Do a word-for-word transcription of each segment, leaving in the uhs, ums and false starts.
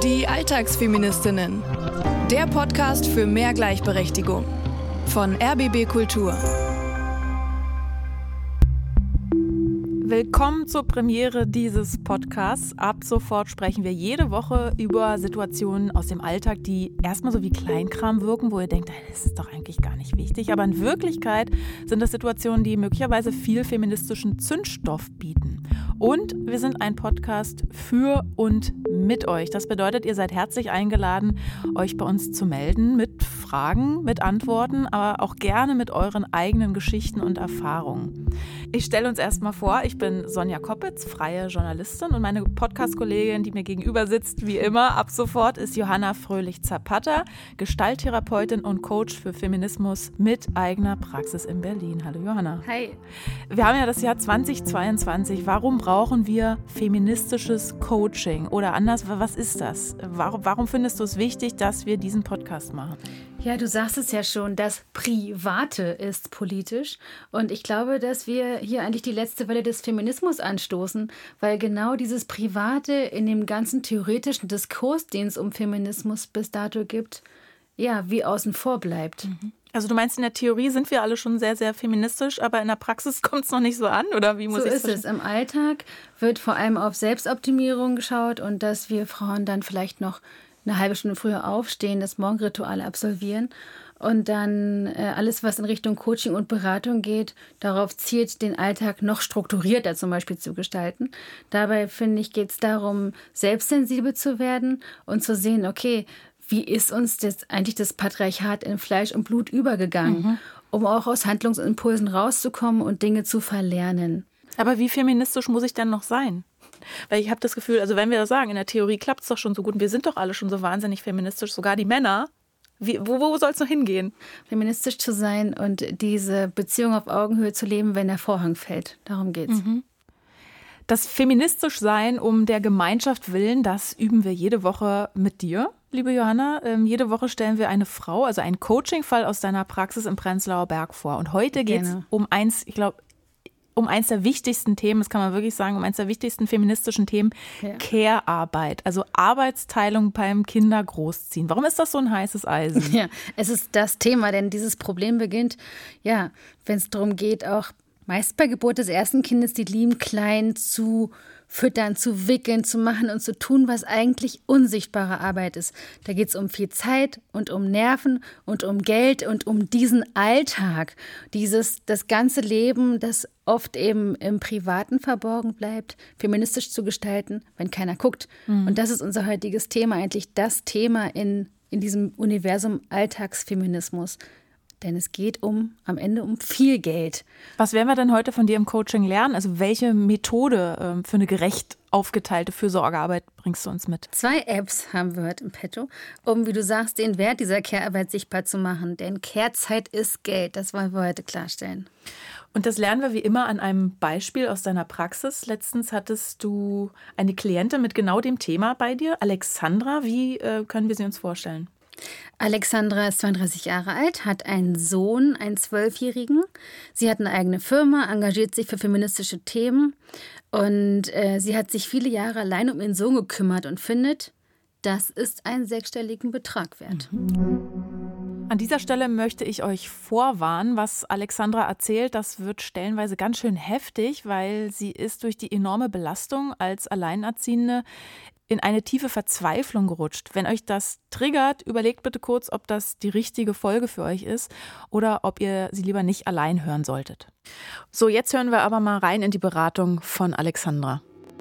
Die Alltagsfeministinnen. Der Podcast für mehr Gleichberechtigung. Von R B B Kultur. Willkommen zur Premiere dieses Podcasts. Ab sofort sprechen wir jede Woche über Situationen aus dem Alltag, die erstmal so wie Kleinkram wirken, wo ihr denkt, das ist doch eigentlich gar nicht wichtig. Aber in Wirklichkeit sind das Situationen, die möglicherweise viel feministischen Zündstoff bieten. Und wir sind ein Podcast für und mit euch. Das bedeutet, ihr seid herzlich eingeladen, euch bei uns zu melden mit Fragen, mit Antworten, aber auch gerne mit euren eigenen Geschichten und Erfahrungen. Ich stelle uns erstmal vor, ich bin Sonja Koppitz, freie Journalistin, und meine Podcast-Kollegin, die mir gegenüber sitzt, wie immer, ab sofort, ist Johanna Fröhlich-Zapata, Gestalttherapeutin und Coach für Feminismus mit eigener Praxis in Berlin. Hallo Johanna. Hi. Wir haben ja das Jahr zweitausendzweiundzwanzig. Warum brauchen wir feministisches Coaching? Oder anders, was ist das? Warum, warum findest du es wichtig, dass wir diesen Podcast machen? Ja, du sagst es ja schon, das Private ist politisch. Und ich glaube, dass wir hier eigentlich die letzte Welle des Feminismus anstoßen, weil genau dieses Private in dem ganzen theoretischen Diskurs, den es um Feminismus bis dato gibt, ja, wie außen vor bleibt. Also du meinst, in der Theorie sind wir alle schon sehr, sehr feministisch, aber in der Praxis kommt es noch nicht so an, oder wie muss so ich ist verstehen? es. Im Alltag wird vor allem auf Selbstoptimierung geschaut und dass wir Frauen dann vielleicht noch eine halbe Stunde früher aufstehen, das Morgenritual absolvieren und dann äh, alles, was in Richtung Coaching und Beratung geht, darauf zielt, den Alltag noch strukturierter zum Beispiel zu gestalten. Dabei, finde ich, geht es darum, selbstsensibel zu werden und zu sehen, okay, wie ist uns das, eigentlich das Patriarchat in Fleisch und Blut übergegangen, mhm. um auch aus Handlungsimpulsen rauszukommen und Dinge zu verlernen. Aber wie feministisch muss ich denn noch sein? Weil ich habe das Gefühl, also wenn wir das sagen, in der Theorie klappt es doch schon so gut und wir sind doch alle schon so wahnsinnig feministisch, sogar die Männer. Wie, wo wo soll es noch hingehen? Feministisch zu sein und diese Beziehung auf Augenhöhe zu leben, wenn der Vorhang fällt. Darum geht's. Mhm. Das feministisch sein um der Gemeinschaft willen, das üben wir jede Woche mit dir, liebe Johanna. Ähm, jede Woche stellen wir eine Frau, also einen Coaching-Fall aus deiner Praxis im Prenzlauer Berg vor. Und heute geht es um eins, ich glaube, um eins der wichtigsten Themen, das kann man wirklich sagen, um eins der wichtigsten feministischen Themen, ja. Care-Arbeit, also Arbeitsteilung beim Kindergroßziehen. Warum ist das so ein heißes Eisen? Ja, es ist das Thema, denn dieses Problem beginnt, ja, wenn es darum geht, auch meist bei Geburt des ersten Kindes die Lieben klein zu füttern, zu wickeln, zu machen und zu tun, was eigentlich unsichtbare Arbeit ist. Da geht es um viel Zeit und um Nerven und um Geld und um diesen Alltag, dieses, das ganze Leben, das oft eben im Privaten verborgen bleibt, feministisch zu gestalten, wenn keiner guckt. Mhm. Und das ist unser heutiges Thema, eigentlich das Thema in, in diesem Universum Alltagsfeminismus. Denn es geht um am Ende um viel Geld. Was werden wir denn heute von dir im Coaching lernen? Also welche Methode ähm, für eine gerecht aufgeteilte Fürsorgearbeit bringst du uns mit? Zwei Apps haben wir heute im Petto, um, wie du sagst, den Wert dieser Care-Arbeit sichtbar zu machen. Denn Care-Zeit ist Geld, das wollen wir heute klarstellen. Und das lernen wir wie immer an einem Beispiel aus deiner Praxis. Letztens hattest du eine Klientin mit genau dem Thema bei dir, Alexandra. Wie äh, können wir sie uns vorstellen? Alexandra ist zweiunddreißig Jahre alt, hat einen Sohn, einen Zwölfjährigen. Sie hat eine eigene Firma, engagiert sich für feministische Themen und äh, sie hat sich viele Jahre allein um ihren Sohn gekümmert und findet, das ist einen sechsstelligen Betrag wert. An dieser Stelle möchte ich euch vorwarnen, was Alexandra erzählt, das wird stellenweise ganz schön heftig, weil sie ist durch die enorme Belastung als Alleinerziehende in eine tiefe Verzweiflung gerutscht. Wenn euch das triggert, überlegt bitte kurz, ob das die richtige Folge für euch ist oder ob ihr sie lieber nicht allein hören solltet. So, jetzt hören wir aber mal rein in die Beratung von Alexandra.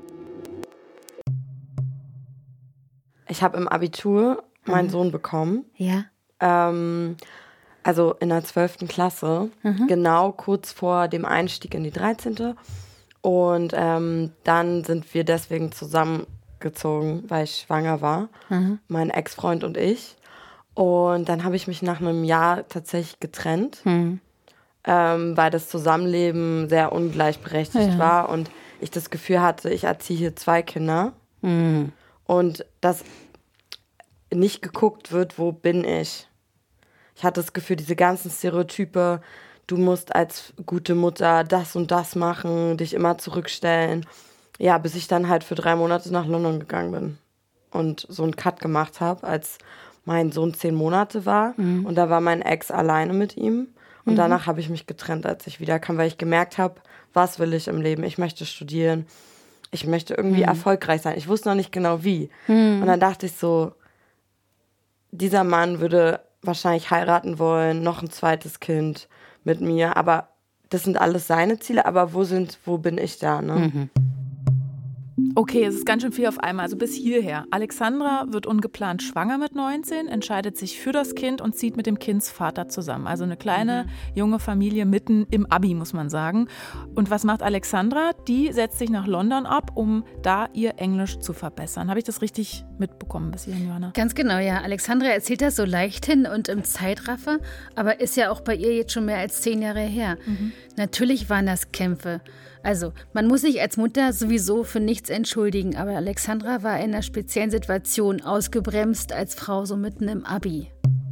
Ich habe im Abitur meinen mhm. Sohn bekommen. Ja. Ähm, also in der zwölften Klasse, mhm. genau kurz vor dem Einstieg in die dreizehnte Und ähm, dann sind wir deswegen zusammen gezogen, weil ich schwanger war, mhm. mein Ex-Freund und ich. Und dann habe ich mich nach einem Jahr tatsächlich getrennt, mhm. ähm, weil das Zusammenleben sehr ungleichberechtigt ja. war und ich das Gefühl hatte, ich erziehe hier zwei Kinder mhm. und dass nicht geguckt wird, wo bin ich. Ich hatte das Gefühl, diese ganzen Stereotype, du musst als gute Mutter das und das machen, dich immer zurückstellen. Ja, bis ich dann halt für drei Monate nach London gegangen bin. und so einen Cut gemacht habe, als mein Sohn zehn Monate war. Mhm. Und da war mein Ex alleine mit ihm. Und mhm. danach habe ich mich getrennt, als ich wiederkam, weil ich gemerkt habe, was will ich im Leben? Ich möchte studieren. Ich möchte irgendwie mhm. erfolgreich sein. Ich wusste noch nicht genau wie. Mhm. Und dann dachte ich so, dieser Mann würde wahrscheinlich heiraten wollen, noch ein zweites Kind mit mir. Aber das sind alles seine Ziele. Aber wo sind, wo bin ich da, ne? Mhm. Okay, es ist ganz schön viel auf einmal, also bis hierher. Alexandra wird ungeplant schwanger mit neunzehn, entscheidet sich für das Kind und zieht mit dem Kindsvater zusammen. Also eine kleine, mhm. junge Familie mitten im Abi, muss man sagen. Und was macht Alexandra? Die setzt sich nach London ab, um da ihr Englisch zu verbessern. Habe ich das richtig mitbekommen bis hierhin, Johanna? Ganz genau, ja. Alexandra erzählt das so leichthin und im Zeitraffer, aber ist ja auch bei ihr jetzt schon mehr als zehn Jahre her. Mhm. Natürlich waren das Kämpfe. Also, man muss sich als Mutter sowieso für nichts entschuldigen, aber Alexandra war in einer speziellen Situation ausgebremst als Frau so mitten im Abi.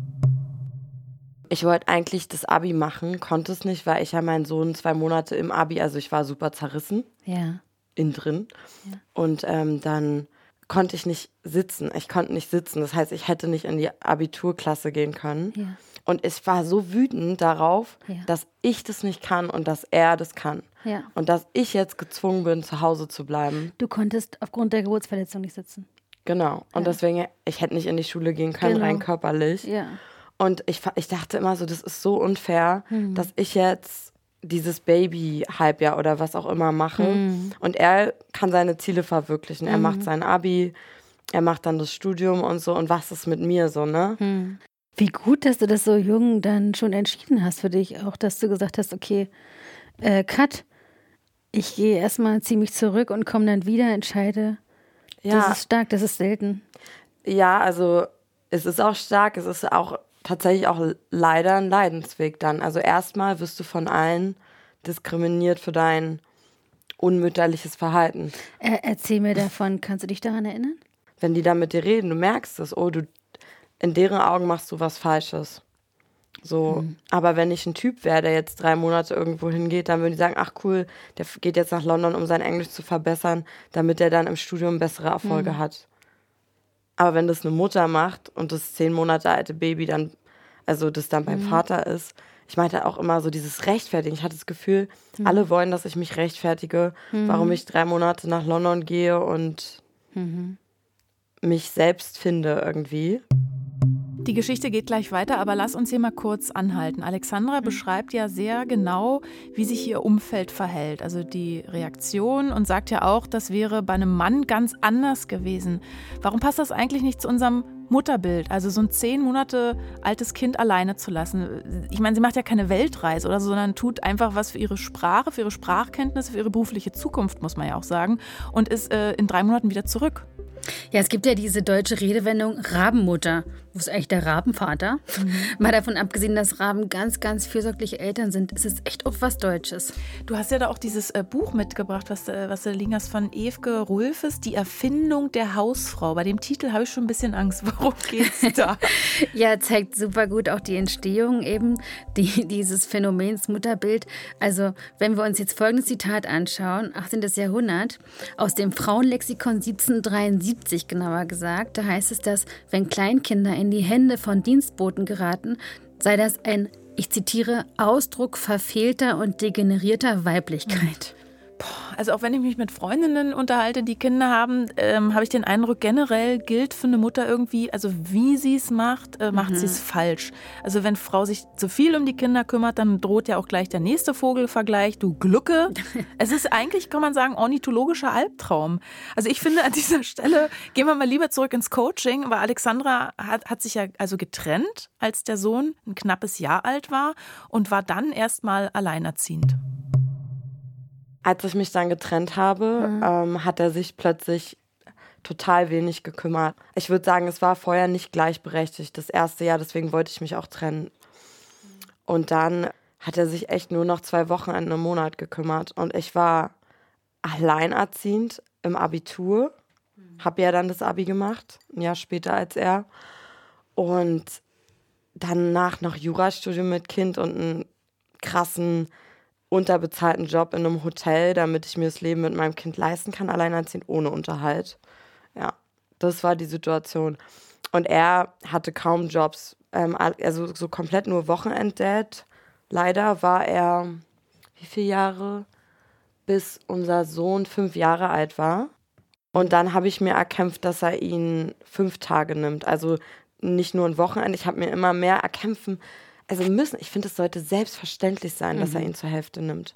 Ich wollte eigentlich das Abi machen, konnte es nicht, weil ich ja meinen Sohn zwei Monate im Abi, also ich war super zerrissen, ja. innen drin. Ja. Und ähm, dann konnte ich nicht sitzen. Ich konnte nicht sitzen. Das heißt, ich hätte nicht in die Abiturklasse gehen können. Ja. Und ich war so wütend darauf, ja. dass ich das nicht kann und dass er das kann. Ja. Und dass ich jetzt gezwungen bin, zu Hause zu bleiben. Du konntest aufgrund der Geburtsverletzung nicht sitzen. Genau. Und ja. deswegen, ich hätte nicht in die Schule gehen können, genau. rein körperlich. Ja. Und ich, ich dachte immer so, das ist so unfair, hm. dass ich jetzt dieses Baby-Halbjahr oder was auch immer mache. Hm. Und er kann seine Ziele verwirklichen. Er hm. macht sein Abi, er macht dann das Studium und so. Und was ist mit mir so, ne? Hm. Wie gut, dass du das so jung dann schon entschieden hast für dich. Auch, dass du gesagt hast, okay, äh, Cut, ich gehe erstmal ziemlich zurück und komme dann wieder, entscheide. Ja. Das ist stark, das ist selten. Ja, also es ist auch stark, es ist auch tatsächlich auch leider ein Leidensweg dann. Also erstmal wirst du von allen diskriminiert für dein unmütterliches Verhalten. Äh, erzähl mir davon, kannst du dich daran erinnern? Wenn die da mit dir reden, du merkst es, oh, du in deren Augen machst du was Falsches. So, mhm. aber wenn ich ein Typ wäre, der jetzt drei Monate irgendwo hingeht, dann würden die sagen, ach cool, der geht jetzt nach London, um sein Englisch zu verbessern, damit er dann im Studium bessere Erfolge mhm. hat. Aber wenn das eine Mutter macht und das zehn Monate alte Baby dann, also das dann beim mhm. Vater ist, ich meinte auch immer so dieses Rechtfertigen. Ich hatte das Gefühl, mhm. alle wollen, dass ich mich rechtfertige, mhm. warum ich drei Monate nach London gehe und mhm. mich selbst finde irgendwie. Die Geschichte geht gleich weiter, aber lass uns hier mal kurz anhalten. Alexandra mhm. beschreibt ja sehr genau, wie sich ihr Umfeld verhält, also die Reaktion, und sagt ja auch, das wäre bei einem Mann ganz anders gewesen. Warum passt das eigentlich nicht zu unserem Mutterbild, also so ein zehn Monate altes Kind alleine zu lassen? Ich meine, sie macht ja keine Weltreise oder so, sondern tut einfach was für ihre Sprache, für ihre Sprachkenntnisse, für ihre berufliche Zukunft, muss man ja auch sagen, und ist äh, in drei Monaten wieder zurück. Ja, es gibt ja diese deutsche Redewendung Rabenmutter. Wo ist eigentlich der Rabenvater? Mhm. Mal davon abgesehen, dass Raben ganz, ganz fürsorgliche Eltern sind, ist es echt oft was Deutsches. Du hast ja da auch dieses äh, Buch mitgebracht, was, äh, was du liegen hast, von Ewke Rulfes, Die Erfindung der Hausfrau. Bei dem Titel habe ich schon ein bisschen Angst. Worum geht's da? Ja, zeigt super gut auch die Entstehung eben die, dieses Phänomens Mutterbild. Also, wenn wir uns jetzt folgendes Zitat anschauen, achtzehnten Jahrhundert, aus dem Frauenlexikon siebzehnhundertdreiundsiebzig genauer gesagt, da heißt es, dass, wenn Kleinkinder in die Hände von Dienstboten geraten, sei das ein, ich zitiere, Ausdruck verfehlter und degenerierter Weiblichkeit. Also auch wenn ich mich mit Freundinnen unterhalte, die Kinder haben, ähm, habe ich den Eindruck, generell gilt für eine Mutter irgendwie, also wie sie es macht, äh, macht mhm. sie es falsch. Also wenn Frau sich zu viel um die Kinder kümmert, dann droht ja auch gleich der nächste Vogelvergleich, du Glucke. Es ist eigentlich, kann man sagen, ornithologischer Albtraum. Also ich finde, an dieser Stelle gehen wir mal lieber zurück ins Coaching, weil Alexandra hat, hat sich ja also getrennt, als der Sohn ein knappes Jahr alt war, und war dann erstmal alleinerziehend. Als ich mich dann getrennt habe, mhm. ähm, hat er sich plötzlich total wenig gekümmert. Ich würde sagen, es war vorher nicht gleichberechtigt, das erste Jahr, deswegen wollte ich mich auch trennen. Und dann hat er sich echt nur noch zwei Wochen in einem Monat gekümmert. Und ich war alleinerziehend im Abitur, mhm. habe ja dann das Abi gemacht, ein Jahr später als er. Und danach noch Jurastudium mit Kind und einen krassen unterbezahlten Job in einem Hotel, damit ich mir das Leben mit meinem Kind leisten kann, alleinerziehend ohne Unterhalt. Ja, Das war die Situation. Und er hatte kaum Jobs, ähm, also so komplett nur Wochenenddad. Leider war er, wie viele Jahre? Bis unser Sohn fünf Jahre alt war. Und dann habe ich mir erkämpft, dass er ihn fünf Tage nimmt. Also nicht nur ein Wochenende. Ich habe mir immer mehr erkämpfen, also müssen. Ich finde, es sollte selbstverständlich sein, mhm. dass er ihn zur Hälfte nimmt.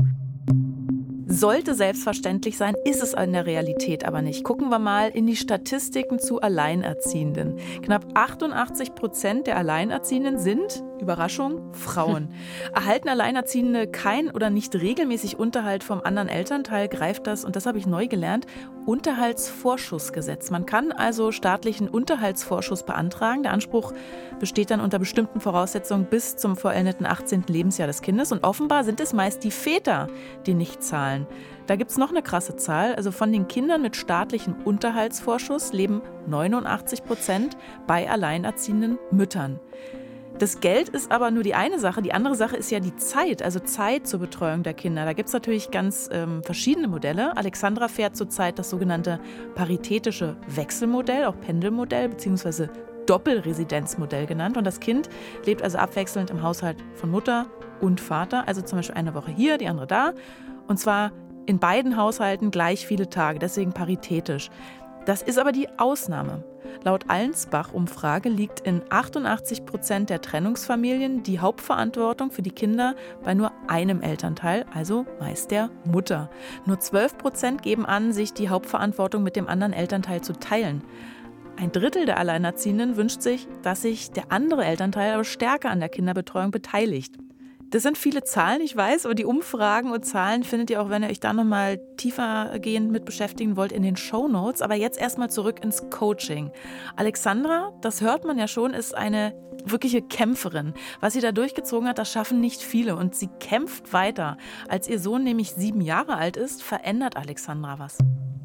Sollte selbstverständlich sein, ist es in der Realität aber nicht. Gucken wir mal in die Statistiken zu Alleinerziehenden. Knapp achtundachtzig Prozent der Alleinerziehenden sind, Überraschung, Frauen. Erhalten Alleinerziehende kein oder nicht regelmäßig Unterhalt vom anderen Elternteil, greift das, und das habe ich neu gelernt, Unterhaltsvorschussgesetz. Man kann also staatlichen Unterhaltsvorschuss beantragen. Der Anspruch besteht dann unter bestimmten Voraussetzungen bis zum vollendeten achtzehnten Lebensjahr des Kindes. Und offenbar sind es meist die Väter, die nicht zahlen. Da gibt es noch eine krasse Zahl. Also von den Kindern mit staatlichem Unterhaltsvorschuss leben neunundachtzig Prozent bei alleinerziehenden Müttern. Das Geld ist aber nur die eine Sache. Die andere Sache ist ja die Zeit, also Zeit zur Betreuung der Kinder. Da gibt es natürlich ganz ähm, verschiedene Modelle. Alexandra fährt zurzeit das sogenannte paritätische Wechselmodell, auch Pendelmodell bzw. Doppelresidenzmodell genannt. Und das Kind lebt also abwechselnd im Haushalt von Mutter und Vater. Also zum Beispiel eine Woche hier, die andere da. Und zwar in beiden Haushalten gleich viele Tage, deswegen paritätisch. Das ist aber die Ausnahme. Laut Allensbach-Umfrage liegt in achtundachtzig Prozent der Trennungsfamilien die Hauptverantwortung für die Kinder bei nur einem Elternteil, also meist der Mutter. Nur zwölf Prozent geben an, sich die Hauptverantwortung mit dem anderen Elternteil zu teilen. Ein Drittel der Alleinerziehenden wünscht sich, dass sich der andere Elternteil aber stärker an der Kinderbetreuung beteiligt. Das sind viele Zahlen, ich weiß, aber die Umfragen und Zahlen findet ihr auch, wenn ihr euch da nochmal tiefergehend mit beschäftigen wollt, in den Shownotes. Aber jetzt erstmal zurück ins Coaching. Alexandra, das hört man ja schon, ist eine wirkliche Kämpferin. Was sie da durchgezogen hat, das schaffen nicht viele. Und sie kämpft weiter. Als ihr Sohn nämlich sieben Jahre alt ist, verändert Alexandra was.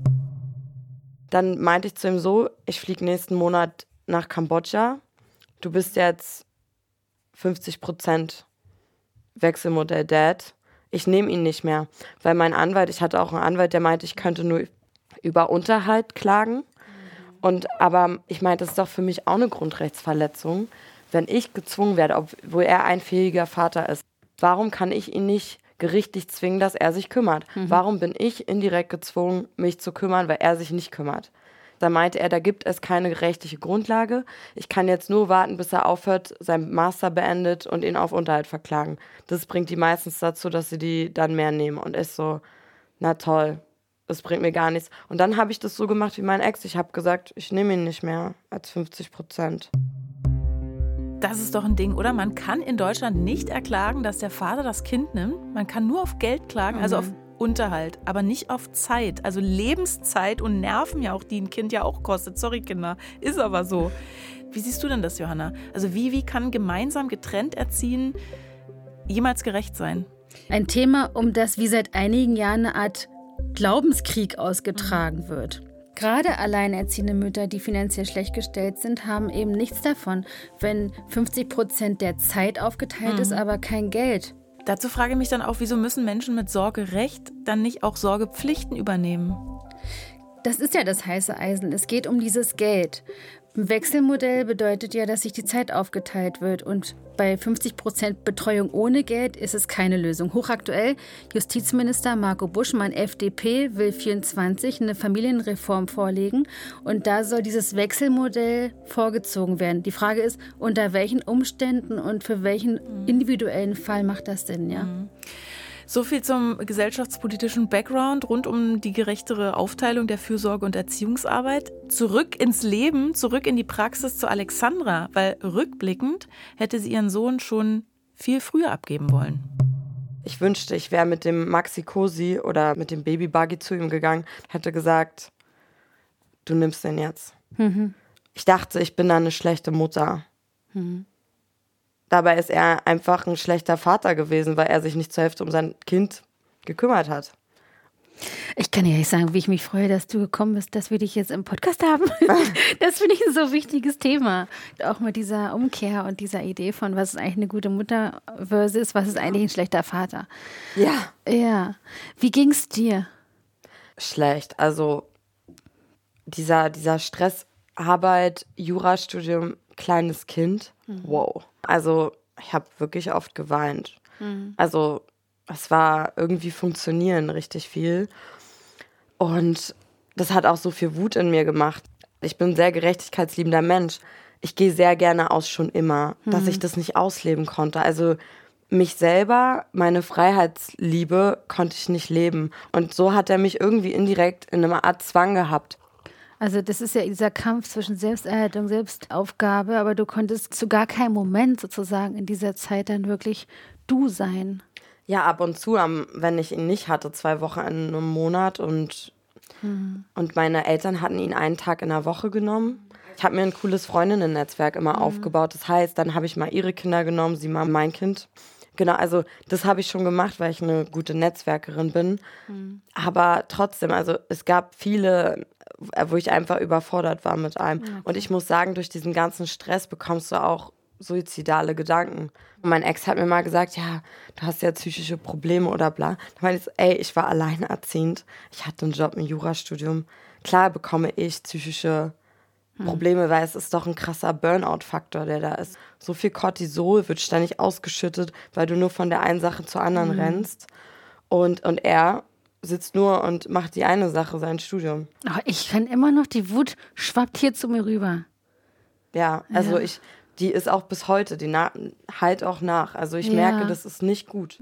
Dann meinte ich zu ihm so, ich fliege nächsten Monat nach Kambodscha. Du bist jetzt fünfzig Prozent Wechselmodell Dad. Ich nehme ihn nicht mehr, weil mein Anwalt, ich hatte auch einen Anwalt, der meinte, ich könnte nur über Unterhalt klagen. Und aber ich meinte, das ist doch für mich auch eine Grundrechtsverletzung, wenn ich gezwungen werde, obwohl er ein fähiger Vater ist. Warum kann ich ihn nicht gerichtlich zwingen, dass er sich kümmert? Mhm. Warum bin ich indirekt gezwungen, mich zu kümmern, weil er sich nicht kümmert? Da meinte er, da gibt es keine rechtliche Grundlage. Ich kann jetzt nur warten, bis er aufhört, seinen Master beendet und ihn auf Unterhalt verklagen. Das bringt die meistens dazu, dass sie die dann mehr nehmen. Und ist so, na toll, das bringt mir gar nichts. Und dann habe ich das so gemacht wie mein Ex. Ich habe gesagt, ich nehme ihn nicht mehr als fünfzig Prozent. Das ist doch ein Ding, oder? Man kann in Deutschland nicht erklagen, dass der Vater das Kind nimmt. Man kann nur auf Geld klagen, mhm. also auf Unterhalt, aber nicht auf Zeit. Also Lebenszeit und Nerven ja auch, die ein Kind ja auch kostet. Sorry, Kinder, ist aber so. Wie siehst du denn das, Johanna? Also wie, wie kann gemeinsam getrennt erziehen jemals gerecht sein? Ein Thema, um das wie seit einigen Jahren eine Art Glaubenskrieg ausgetragen mhm. wird. Gerade alleinerziehende Mütter, die finanziell schlecht gestellt sind, haben eben nichts davon, wenn fünfzig Prozent der Zeit aufgeteilt mhm. ist, aber kein Geld. Dazu frage ich mich dann auch, wieso müssen Menschen mit Sorgerecht dann nicht auch Sorgepflichten übernehmen? Das ist ja das heiße Eisen. Es geht um dieses Geld. Ein Wechselmodell bedeutet ja, dass sich die Zeit aufgeteilt wird. Und bei fünfzig Prozent Betreuung ohne Geld ist es keine Lösung. Hochaktuell, Justizminister Marco Buschmann, F D P, will vierundzwanzig eine Familienreform vorlegen. Und da soll dieses Wechselmodell vorgezogen werden. Die Frage ist, unter welchen Umständen und für welchen individuellen Fall macht das denn, ja? Mhm. So viel zum gesellschaftspolitischen Background rund um die gerechtere Aufteilung der Fürsorge- und Erziehungsarbeit. Zurück ins Leben, zurück in die Praxis zu Alexandra, weil rückblickend hätte sie ihren Sohn schon viel früher abgeben wollen. Ich wünschte, ich wäre mit dem Maxi Cosi oder mit dem Babybuggy zu ihm gegangen, hätte gesagt, du nimmst den jetzt. Mhm. Ich dachte, ich bin da eine schlechte Mutter. Mhm. Dabei ist er einfach ein schlechter Vater gewesen, weil er sich nicht zur Hälfte um sein Kind gekümmert hat. Ich kann dir nicht sagen, wie ich mich freue, dass du gekommen bist, dass wir dich jetzt im Podcast haben. Das finde ich ein so wichtiges Thema. Auch mit dieser Umkehr und dieser Idee von, was ist eigentlich eine gute Mutter versus was ist eigentlich ein schlechter Vater. Ja. Ja. Wie ging's dir? Schlecht. Also dieser, dieser Stress Arbeit, Jurastudium, kleines Kind. Mhm. Wow. Also ich habe wirklich oft geweint. Mhm. Also es war irgendwie funktionieren richtig viel. Und das hat auch so viel Wut in mir gemacht. Ich bin ein sehr gerechtigkeitsliebender Mensch. Ich gehe sehr gerne aus, schon immer, mhm. dass ich das nicht ausleben konnte. Also mich selber, meine Freiheitsliebe konnte ich nicht leben. Und so hat er mich irgendwie indirekt in einer Art Zwang gehabt. Also das ist ja dieser Kampf zwischen Selbsterhaltung, Selbstaufgabe, aber du konntest zu gar keinem Moment sozusagen in dieser Zeit dann wirklich du sein. Ja, ab und zu, wenn ich ihn nicht hatte, zwei Wochen in einem Monat und, hm. und meine Eltern hatten ihn einen Tag in der Woche genommen. Ich habe mir ein cooles Freundinnen-Netzwerk immer hm. aufgebaut. Das heißt, dann habe ich mal ihre Kinder genommen, sie mal mein Kind. Genau, also das habe ich schon gemacht, weil ich eine gute Netzwerkerin bin. Hm. Aber trotzdem, also es gab viele, wo ich einfach überfordert war mit allem. Okay. Und ich muss sagen, durch diesen ganzen Stress bekommst du auch suizidale Gedanken. Und mein Ex hat mir mal gesagt, ja, du hast ja psychische Probleme oder bla. Da meinte ich so, ey, ich war alleinerziehend. Ich hatte einen Job im Jurastudium. Klar bekomme ich psychische Probleme, hm. weil es ist doch ein krasser Burnout-Faktor, der da ist. So viel Cortisol wird ständig ausgeschüttet, weil du nur von der einen Sache zur anderen hm. rennst. Und, und er sitzt nur und macht die eine Sache, sein Studium. Oh, ich kann immer noch, die Wut schwappt hier zu mir rüber. Ja, also ja. ich... Die ist auch bis heute, die na- halt auch nach. Also ich ja. merke, das ist nicht gut.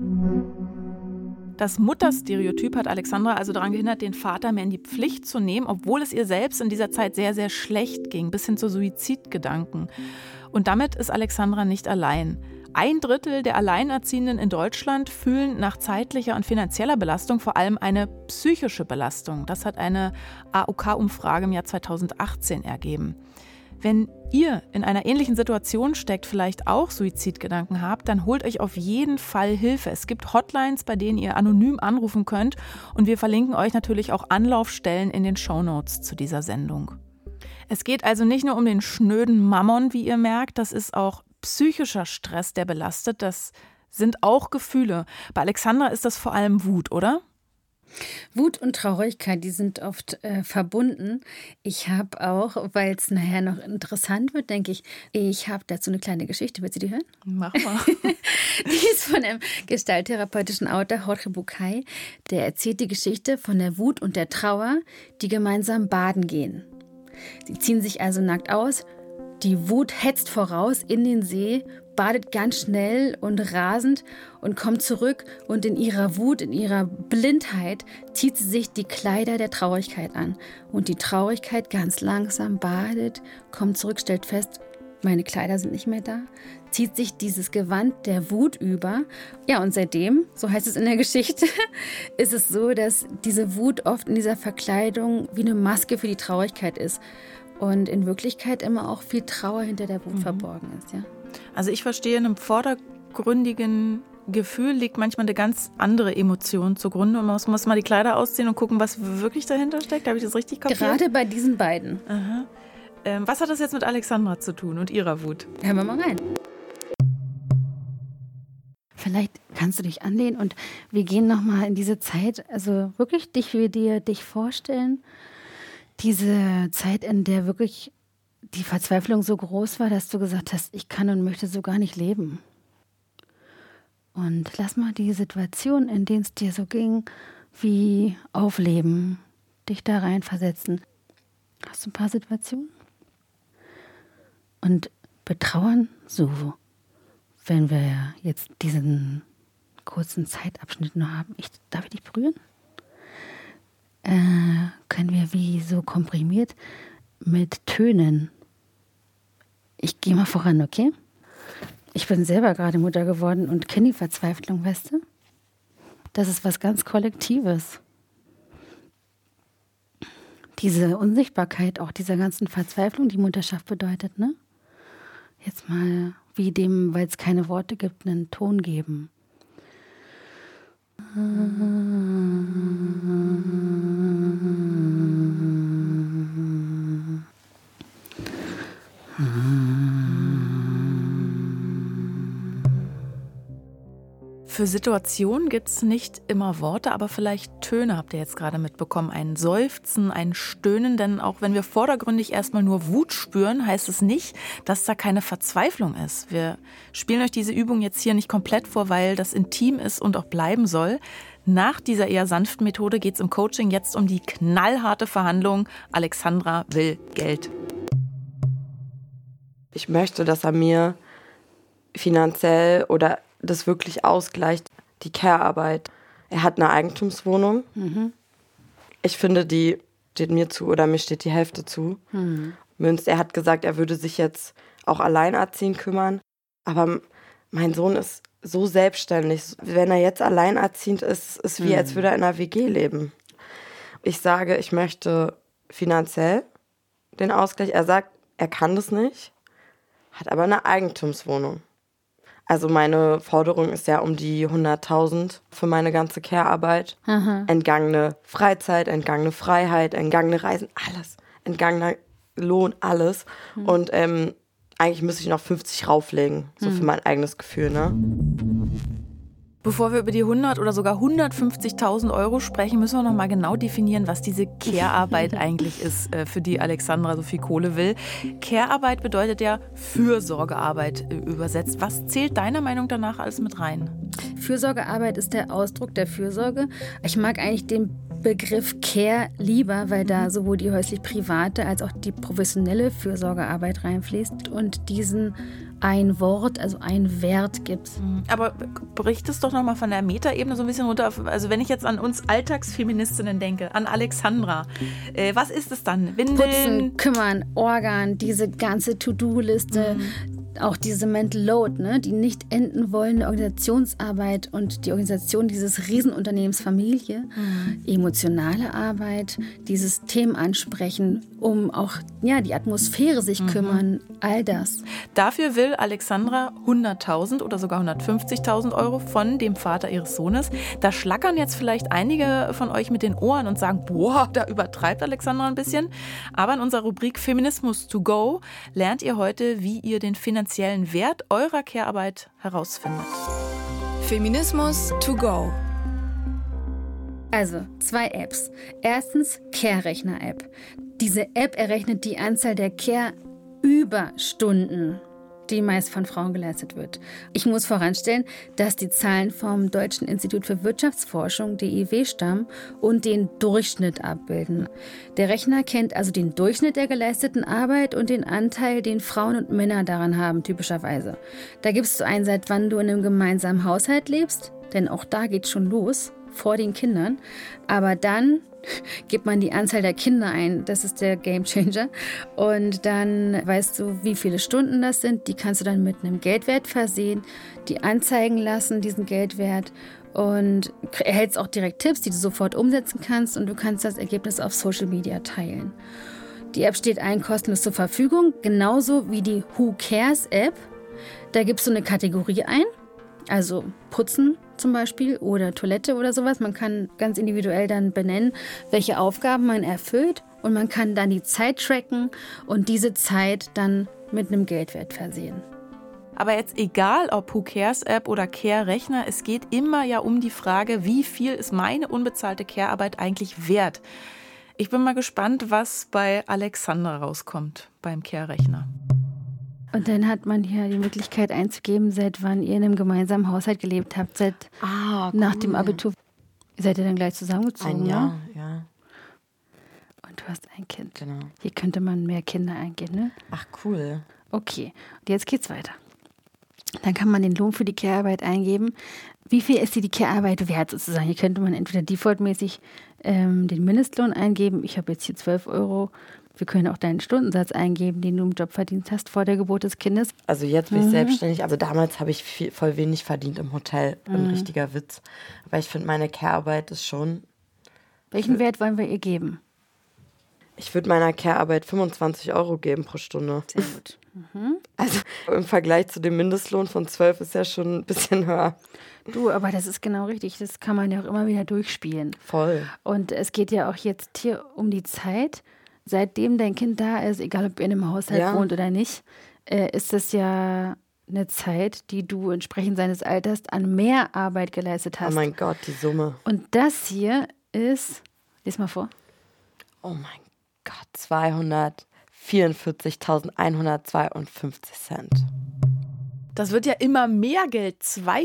Das Mutterstereotyp hat Alexandra also daran gehindert, den Vater mehr in die Pflicht zu nehmen, obwohl es ihr selbst in dieser Zeit sehr, sehr schlecht ging, bis hin zu Suizidgedanken. Und damit ist Alexandra nicht allein. Ein Drittel der Alleinerziehenden in Deutschland fühlen nach zeitlicher und finanzieller Belastung vor allem eine psychische Belastung. Das hat eine A O K-Umfrage im Jahr zweitausendachtzehn ergeben. Wenn ihr in einer ähnlichen Situation steckt, vielleicht auch Suizidgedanken habt, dann holt euch auf jeden Fall Hilfe. Es gibt Hotlines, bei denen ihr anonym anrufen könnt und wir verlinken euch natürlich auch Anlaufstellen in den Shownotes zu dieser Sendung. Es geht also nicht nur um den schnöden Mammon, wie ihr merkt, das ist auch psychischer Stress, der belastet, das sind auch Gefühle. Bei Alexandra ist das vor allem Wut, oder? Wut und Traurigkeit, die sind oft äh, verbunden. Ich habe auch, weil es nachher noch interessant wird, denke ich, ich habe dazu eine kleine Geschichte. Willst du die hören? Mach mal. Die ist von einem gestalttherapeutischen Autor, Jorge Bucay. Der erzählt die Geschichte von der Wut und der Trauer, die gemeinsam baden gehen. Sie ziehen sich also nackt aus. Die Wut hetzt voraus in den See, badet ganz schnell und rasend und kommt zurück und in ihrer Wut, in ihrer Blindheit zieht sie sich die Kleider der Traurigkeit an. Und die Traurigkeit ganz langsam badet, kommt zurück, stellt fest, meine Kleider sind nicht mehr da, zieht sich dieses Gewand der Wut über. Ja, und seitdem, so heißt es in der Geschichte, ist es so, dass diese Wut oft in dieser Verkleidung wie eine Maske für die Traurigkeit ist. Und in Wirklichkeit immer auch viel Trauer hinter der Wut mhm. verborgen ist, ja. Also ich verstehe, in einem vordergründigen Gefühl liegt manchmal eine ganz andere Emotion zugrunde. Und man muss, muss mal die Kleider ausziehen und gucken, was wirklich dahinter steckt. Habe ich das richtig kapiert? Gerade bei diesen beiden. Aha. Ähm, was hat das jetzt mit Alexandra zu tun und ihrer Wut? Hören wir mal rein. Vielleicht kannst du dich anlehnen und wir gehen nochmal in diese Zeit, also wirklich dich, wie dir dich vorstellen, diese Zeit, in der wirklich die Verzweiflung so groß war, dass du gesagt hast, ich kann und möchte so gar nicht leben. Und lass mal die Situation, in denen es dir so ging, wie aufleben, dich da reinversetzen. Hast du ein paar Situationen? Und betrauern so, wenn wir jetzt diesen kurzen Zeitabschnitt noch haben. Ich, darf ich dich berühren? Äh, können wir wie so komprimiert mit Tönen. Ich gehe mal voran, okay? Ich bin selber gerade Mutter geworden und kenne die Verzweiflung, weißt du? Das ist was ganz Kollektives. Diese Unsichtbarkeit auch dieser ganzen Verzweiflung, die Mutterschaft bedeutet, ne? Jetzt mal wie dem, weil es keine Worte gibt, einen Ton geben. Für Situationen gibt es nicht immer Worte, aber vielleicht Töne habt ihr jetzt gerade mitbekommen. Ein Seufzen, ein Stöhnen, denn auch wenn wir vordergründig erstmal nur Wut spüren, heißt es nicht, dass da keine Verzweiflung ist. Wir spielen euch diese Übung jetzt hier nicht komplett vor, weil das intim ist und auch bleiben soll. Nach dieser eher sanften Methode geht es im Coaching jetzt um die knallharte Verhandlung. Alexandra will Geld. Ich möchte, dass er mir finanziell oder das wirklich ausgleicht, die Care-Arbeit. Er hat eine Eigentumswohnung. Mhm. Ich finde, die steht mir zu oder mir steht die Hälfte zu. Mhm. Münz, er hat gesagt, er würde sich jetzt auch alleinerziehend kümmern. Aber mein Sohn ist so selbstständig. Wenn er jetzt alleinerziehend ist, ist es wie, mhm. als würde er in einer W G leben. Ich sage, ich möchte finanziell den Ausgleich. Er sagt, er kann das nicht, hat aber eine Eigentumswohnung. Also meine Forderung ist ja um die hunderttausend für meine ganze Care-Arbeit. Aha. Entgangene Freizeit, entgangene Freiheit, entgangene Reisen, alles. Entgangener Lohn, alles. Mhm. Und ähm, eigentlich müsste ich noch fünfzig rauflegen, so mhm. für mein eigenes Gefühl, ne? Bevor wir über die hundert oder sogar hundertfünfzigtausend Euro sprechen, müssen wir noch mal genau definieren, was diese Care-Arbeit eigentlich ist, für die Alexandra so viel Kohle will. Care-Arbeit bedeutet ja Fürsorgearbeit übersetzt. Was zählt deiner Meinung danach alles mit rein? Fürsorgearbeit ist der Ausdruck der Fürsorge. Ich mag eigentlich den Begriff Care lieber, weil da sowohl die häuslich-private als auch die professionelle Fürsorgearbeit reinfließt und diesen ein Wort, also ein Wert gibt. Aber bricht es doch nochmal von der Metaebene so ein bisschen runter. Also wenn ich jetzt an uns Alltagsfeministinnen denke, an Alexandra, äh, was ist es dann? Windeln? Putzen, kümmern, Organ, diese ganze To-Do-Liste, mhm. auch diese Mental Load, ne, die nicht enden wollende Organisationsarbeit und die Organisation dieses Riesenunternehmens Familie, mhm. emotionale Arbeit, dieses Themen ansprechen, um auch ja, die Atmosphäre sich mhm. kümmern, all das. Dafür will Alexandra hunderttausend oder sogar hundertfünfzigtausend Euro von dem Vater ihres Sohnes. Da schlackern jetzt vielleicht einige von euch mit den Ohren und sagen, boah, da übertreibt Alexandra ein bisschen. Aber in unserer Rubrik Feminismus to go lernt ihr heute, wie ihr den finanziellen Wert eurer Care-Arbeit herausfindet. Feminismus to go. Also, zwei Apps. Erstens Care-Rechner-App. Diese App errechnet die Anzahl der Care-Überstunden, die meist von Frauen geleistet wird. Ich muss voranstellen, dass die Zahlen vom Deutschen Institut für Wirtschaftsforschung, D I W, stammen und den Durchschnitt abbilden. Der Rechner kennt also den Durchschnitt der geleisteten Arbeit und den Anteil, den Frauen und Männer daran haben, typischerweise. Da gibst du ein, seit wann du in einem gemeinsamen Haushalt lebst, denn auch da geht's schon los, vor den Kindern. Aber dann gibt man die Anzahl der Kinder ein, das ist der Gamechanger. Und dann weißt du, wie viele Stunden das sind. Die kannst du dann mit einem Geldwert versehen, die anzeigen lassen, diesen Geldwert. Und erhältst auch direkt Tipps, die du sofort umsetzen kannst. Und du kannst das Ergebnis auf Social Media teilen. Die App steht allen kostenlos zur Verfügung, genauso wie die Who Cares App. Da gibst du eine Kategorie ein, also Putzen zum Beispiel oder Toilette oder sowas. Man kann ganz individuell dann benennen, welche Aufgaben man erfüllt und man kann dann die Zeit tracken und diese Zeit dann mit einem Geldwert versehen. Aber jetzt egal, ob Who Cares App oder Care-Rechner, es geht immer ja um die Frage, wie viel ist meine unbezahlte Care-Arbeit eigentlich wert? Ich bin mal gespannt, was bei Alexandra rauskommt beim Care-Rechner. Und dann hat man hier die Möglichkeit einzugeben, seit wann ihr in einem gemeinsamen Haushalt gelebt habt, seit ah, cool. nach dem Abitur. Seid ihr dann gleich zusammengezogen? Ein Jahr, ne? ja. Und du hast ein Kind. Genau. Hier könnte man mehr Kinder eingeben, ne? Ach, cool. Okay, und jetzt geht's weiter. Dann kann man den Lohn für die Care-Arbeit eingeben. Wie viel ist dir die Care-Arbeit wert sozusagen? Hier könnte man entweder defaultmäßig ähm, den Mindestlohn eingeben. Ich habe jetzt hier zwölf Euro. Wir können auch deinen Stundensatz eingeben, den du im Job verdient hast vor der Geburt des Kindes. Also jetzt bin ich mhm. selbstständig. Also damals habe ich viel, voll wenig verdient im Hotel. Mhm. Ein richtiger Witz. Aber ich finde, meine Care-Arbeit ist schon... Welchen würd, Wert wollen wir ihr geben? Ich würde meiner Care-Arbeit fünfundzwanzig Euro geben pro Stunde. Sehr gut. Mhm. Also im Vergleich zu dem Mindestlohn von zwölf ist ja schon ein bisschen höher. Du, aber das ist genau richtig. Das kann man ja auch immer wieder durchspielen. Voll. Und es geht ja auch jetzt hier um die Zeit. Seitdem dein Kind da ist, egal ob ihr in einem Haushalt ja. wohnt oder nicht, äh, ist das ja eine Zeit, die du entsprechend seines Alters an mehr Arbeit geleistet hast. Oh mein Gott, die Summe. Und das hier ist, lies mal vor. Oh mein Gott, zweihundertvierundvierzigtausendeinhundertzweiundfünfzig Cent. Das wird ja immer mehr Geld,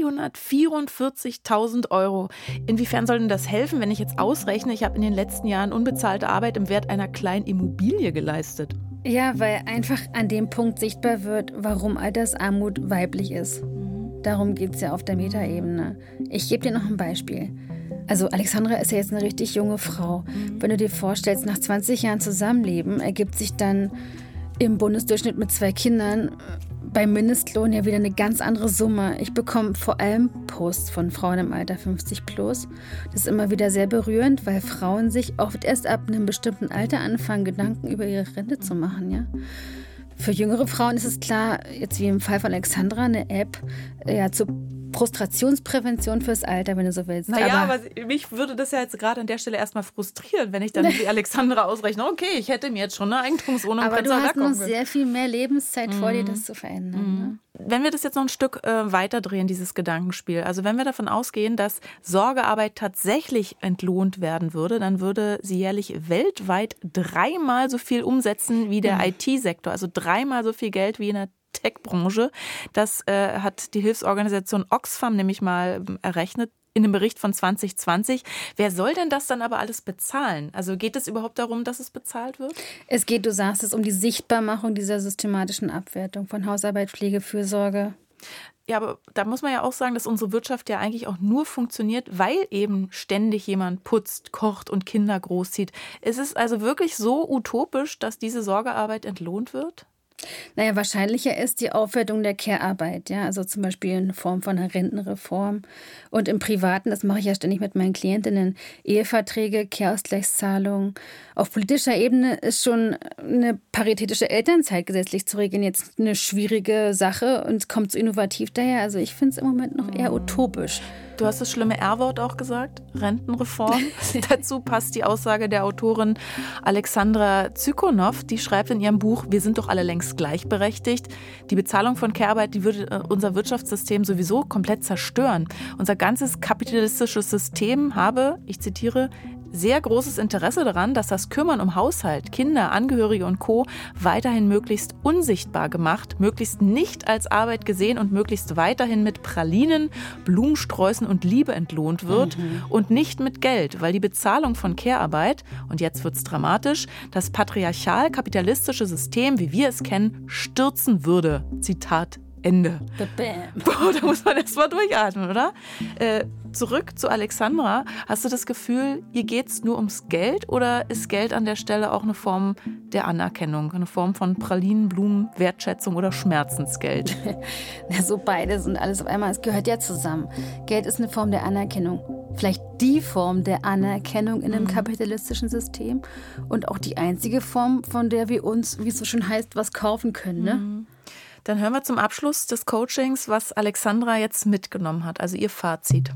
zweihundertvierundvierzigtausend Euro. Inwiefern soll denn das helfen, wenn ich jetzt ausrechne, ich habe in den letzten Jahren unbezahlte Arbeit im Wert einer kleinen Immobilie geleistet? Ja, weil einfach an dem Punkt sichtbar wird, warum Altersarmut weiblich ist. Darum geht es ja auf der Metaebene. Ich gebe dir noch ein Beispiel. Also Alexandra ist ja jetzt eine richtig junge Frau. Wenn du dir vorstellst, nach zwanzig Jahren Zusammenleben ergibt sich dann im Bundesdurchschnitt mit zwei Kindern beim Mindestlohn ja wieder eine ganz andere Summe. Ich bekomme vor allem Posts von Frauen im Alter fünfzig plus. Das ist immer wieder sehr berührend, weil Frauen sich oft erst ab einem bestimmten Alter anfangen, Gedanken über ihre Rente zu machen. Ja? Für jüngere Frauen ist es klar, jetzt wie im Fall von Alexandra, eine App ja, zur Frustrationsprävention fürs Alter, wenn du so willst. Naja, aber, aber mich würde das ja jetzt gerade an der Stelle erstmal frustrieren, wenn ich dann wie Alexandra ausrechne, okay, ich hätte mir jetzt schon eine Eigentumswohnung. Aber du hast noch sehr viel mehr Lebenszeit mhm. vor dir, das zu verändern. Mhm. Ne? Wenn wir das jetzt noch ein Stück äh, weiterdrehen, dieses Gedankenspiel, also wenn wir davon ausgehen, dass Sorgearbeit tatsächlich entlohnt werden würde, dann würde sie jährlich weltweit dreimal so viel umsetzen wie der mhm. I T-Sektor, also dreimal so viel Geld wie in der Tech-Branche. Das äh, hat die Hilfsorganisation Oxfam nämlich mal errechnet in einem Bericht von zwanzig zwanzig. Wer soll denn das dann aber alles bezahlen? Also geht es überhaupt darum, dass es bezahlt wird? Es geht, du sagst es, um die Sichtbarmachung dieser systematischen Abwertung von Hausarbeit, Pflege, Fürsorge. Ja, aber da muss man ja auch sagen, dass unsere Wirtschaft ja eigentlich auch nur funktioniert, weil eben ständig jemand putzt, kocht und Kinder großzieht. Ist es also wirklich so utopisch, dass diese Sorgearbeit entlohnt wird? Naja, wahrscheinlicher ist die Aufwertung der Care-Arbeit, ja, also zum Beispiel in Form von einer Rentenreform. Und im Privaten, das mache ich ja ständig mit meinen Klientinnen, Eheverträge, Care-Ausgleichszahlungen. Auf politischer Ebene ist schon eine paritätische Elternzeit gesetzlich zu regeln jetzt eine schwierige Sache und kommt so innovativ daher. Also ich finde es im Moment noch eher utopisch. Du hast das schlimme R-Wort auch gesagt, Rentenreform. Dazu passt die Aussage der Autorin Alexandra Zykonow. Die schreibt in ihrem Buch, wir sind doch alle längst gleichberechtigt. Die Bezahlung von Care-Arbeit, die würde unser Wirtschaftssystem sowieso komplett zerstören. Unser ganzes kapitalistisches System habe, ich zitiere, sehr großes Interesse daran, dass das Kümmern um Haushalt, Kinder, Angehörige und Co. weiterhin möglichst unsichtbar gemacht, möglichst nicht als Arbeit gesehen und möglichst weiterhin mit Pralinen, Blumensträußen und Liebe entlohnt wird mhm. und nicht mit Geld, weil die Bezahlung von Care-Arbeit, und jetzt wird's dramatisch, das patriarchal-kapitalistische System, wie wir es kennen, stürzen würde. Zitat Ende. Boah, da muss man erst mal durchatmen, oder? Äh, zurück zu Alexandra. Hast du das Gefühl, ihr geht's nur ums Geld oder ist Geld an der Stelle auch eine Form der Anerkennung, eine Form von Pralinen, Blumen, Wertschätzung oder Schmerzensgeld? Na, so beides und alles auf einmal. Es gehört ja zusammen. Geld ist eine Form der Anerkennung. Vielleicht die Form der Anerkennung in einem mhm. kapitalistischen System und auch die einzige Form, von der wir uns, wie es so schön heißt, was kaufen können, ne? Mhm. Dann hören wir zum Abschluss des Coachings, was Alexandra jetzt mitgenommen hat, also ihr Fazit.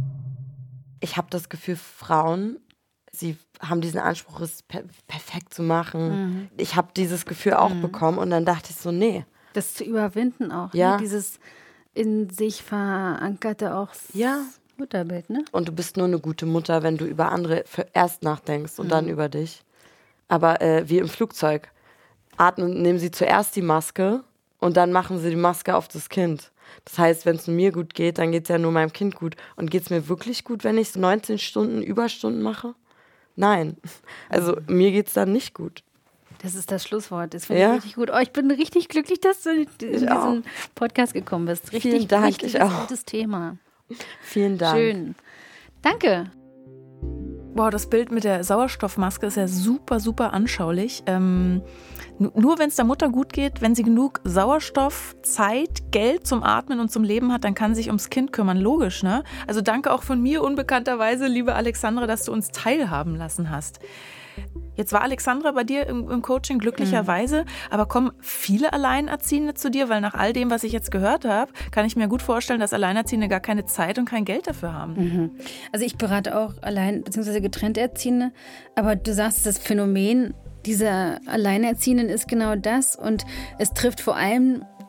Ich habe das Gefühl, Frauen, sie haben diesen Anspruch, es per- perfekt zu machen. Mhm. Ich habe dieses Gefühl auch mhm. bekommen und dann dachte ich so, nee. Das zu überwinden auch, ja. ne? Dieses in sich verankerte auch ja. Mutterbild, ne? Und du bist nur eine gute Mutter, wenn du über andere erst nachdenkst und mhm. dann über dich. Aber äh, wie im Flugzeug, atmen, nehmen sie zuerst die Maske und dann machen sie die Maske auf das Kind. Das heißt, wenn es mir gut geht, dann geht es ja nur meinem Kind gut. Und geht es mir wirklich gut, wenn ich neunzehn Stunden Überstunden mache? Nein. Also mir geht es dann nicht gut. Das ist das Schlusswort. Das finde ja. ich richtig gut. Oh, ich bin richtig glücklich, dass du in diesen auch. Podcast gekommen bist. Richtig, Vielen Dank, richtig ich auch. gutes Thema. Vielen Dank. Schön. Danke. Wow, das Bild mit der Sauerstoffmaske ist ja super, super anschaulich. Ähm, nur wenn es der Mutter gut geht, wenn sie genug Sauerstoff, Zeit, Geld zum Atmen und zum Leben hat, dann kann sie sich ums Kind kümmern. Logisch, ne? Also danke auch von mir unbekannterweise, liebe Alexandra, dass du uns teilhaben lassen hast. Jetzt war Alexandra bei dir im, im Coaching glücklicherweise, mhm. aber kommen viele Alleinerziehende zu dir? Weil nach all dem, was ich jetzt gehört habe, kann ich mir gut vorstellen, dass Alleinerziehende gar keine Zeit und kein Geld dafür haben. Mhm. Also ich berate auch allein bzw. getrennt Erziehende, aber du sagst, das Phänomen dieser Alleinerziehenden ist genau das und es trifft vor allem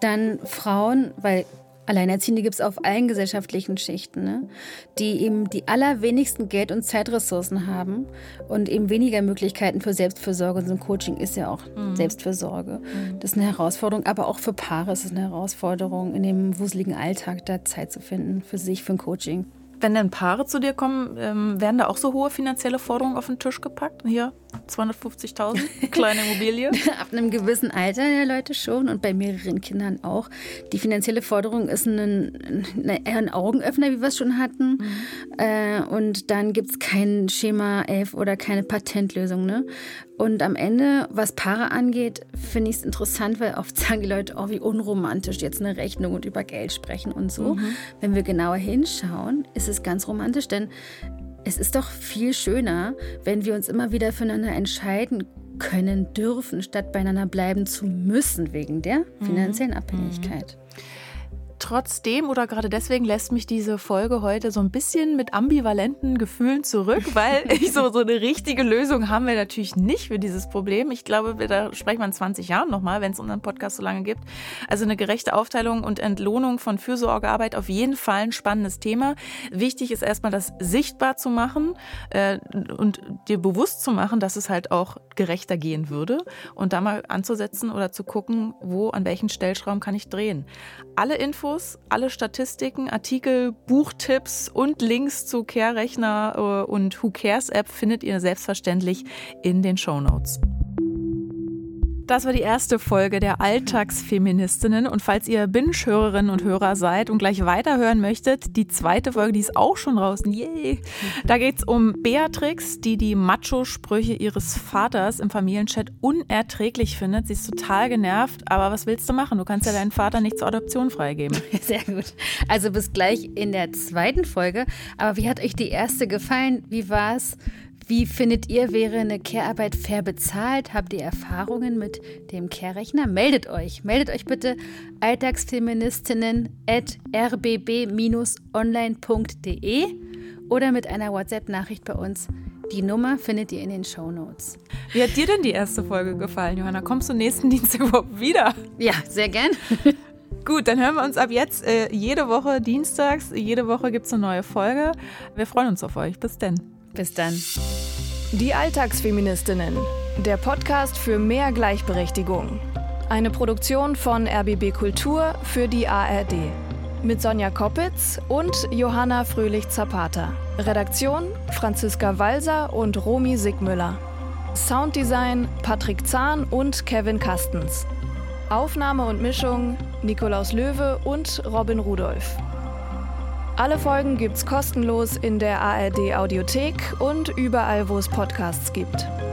dann Frauen, weil Alleinerziehende gibt es auf allen gesellschaftlichen Schichten, ne? Die eben die allerwenigsten Geld- und Zeitressourcen haben und eben weniger Möglichkeiten für Selbstfürsorge. Und so ein Coaching ist ja auch mhm. Selbstfürsorge. Mhm. Das ist eine Herausforderung, aber auch für Paare ist es eine Herausforderung, in dem wuseligen Alltag da Zeit zu finden für sich, für ein Coaching. Wenn dann Paare zu dir kommen, ähm, werden da auch so hohe finanzielle Forderungen auf den Tisch gepackt? Hier, zweihundertfünfzigtausend, kleine Immobilie? Ab einem gewissen Alter der Leute schon und bei mehreren Kindern auch. Die finanzielle Forderung ist ein, ein, eher ein Augenöffner, wie wir es schon hatten. Mhm. Äh, und dann gibt es kein Schema elf oder keine Patentlösung. Ne? Und am Ende, was Paare angeht, finde ich es interessant, weil oft sagen die Leute, oh, wie unromantisch, jetzt eine Rechnung und über Geld sprechen und so. Mhm. Wenn wir genauer hinschauen, ist es ganz romantisch, denn es ist doch viel schöner, wenn wir uns immer wieder füreinander entscheiden können dürfen, statt beieinander bleiben zu müssen wegen der finanziellen Abhängigkeit. Trotzdem oder gerade deswegen lässt mich diese Folge heute so ein bisschen mit ambivalenten Gefühlen zurück, weil ich so, so eine richtige Lösung haben wir natürlich nicht für dieses Problem. Ich glaube, da sprechen wir in zwanzig Jahren nochmal, wenn es unseren Podcast so lange gibt. Also eine gerechte Aufteilung und Entlohnung von Fürsorgearbeit auf jeden Fall ein spannendes Thema. Wichtig ist erstmal, das sichtbar zu machen äh, und dir bewusst zu machen, dass es halt auch gerechter gehen würde und da mal anzusetzen oder zu gucken, wo, an welchen Stellschrauben kann ich drehen. Alle Infos, alle Statistiken, Artikel, Buchtipps und Links zu Care-Rechner und Who Cares App findet ihr selbstverständlich in den Shownotes. Das war die erste Folge der Alltagsfeministinnen und falls ihr Binge-Hörerinnen und Hörer seid und gleich weiterhören möchtet, die zweite Folge, die ist auch schon draußen, yay! Da geht es um Beatrix, die die Macho-Sprüche ihres Vaters im Familienchat unerträglich findet. Sie ist total genervt, aber was willst du machen? Du kannst ja deinen Vater nicht zur Adoption freigeben. Sehr gut. Also bis gleich in der zweiten Folge. Aber wie hat euch die erste gefallen? Wie war's? Wie findet ihr, wäre eine Care-Arbeit fair bezahlt? Habt ihr Erfahrungen mit dem Care-Rechner? Meldet euch. Meldet euch bitte alltagsfeministinnen at r b b dash online punkt d e oder mit einer WhatsApp-Nachricht bei uns. Die Nummer findet ihr in den Shownotes. Wie hat dir denn die erste Folge gefallen, Johanna? Kommst du nächsten Dienstag überhaupt wieder? Ja, sehr gern. Gut, dann hören wir uns ab jetzt äh, jede Woche dienstags. Jede Woche gibt es eine neue Folge. Wir freuen uns auf euch. Bis denn. Bis dann. Die Alltagsfeministinnen, der Podcast für mehr Gleichberechtigung. Eine Produktion von R B B Kultur für die A R D. Mit Sonja Koppitz und Johanna Fröhlich-Zapata. Redaktion Franziska Walser und Romy Sigmüller. Sounddesign Patrick Zahn und Kevin Kastens. Aufnahme und Mischung Nikolaus Löwe und Robin Rudolph. Alle Folgen gibt's kostenlos in der A R D Audiothek und überall, wo es Podcasts gibt.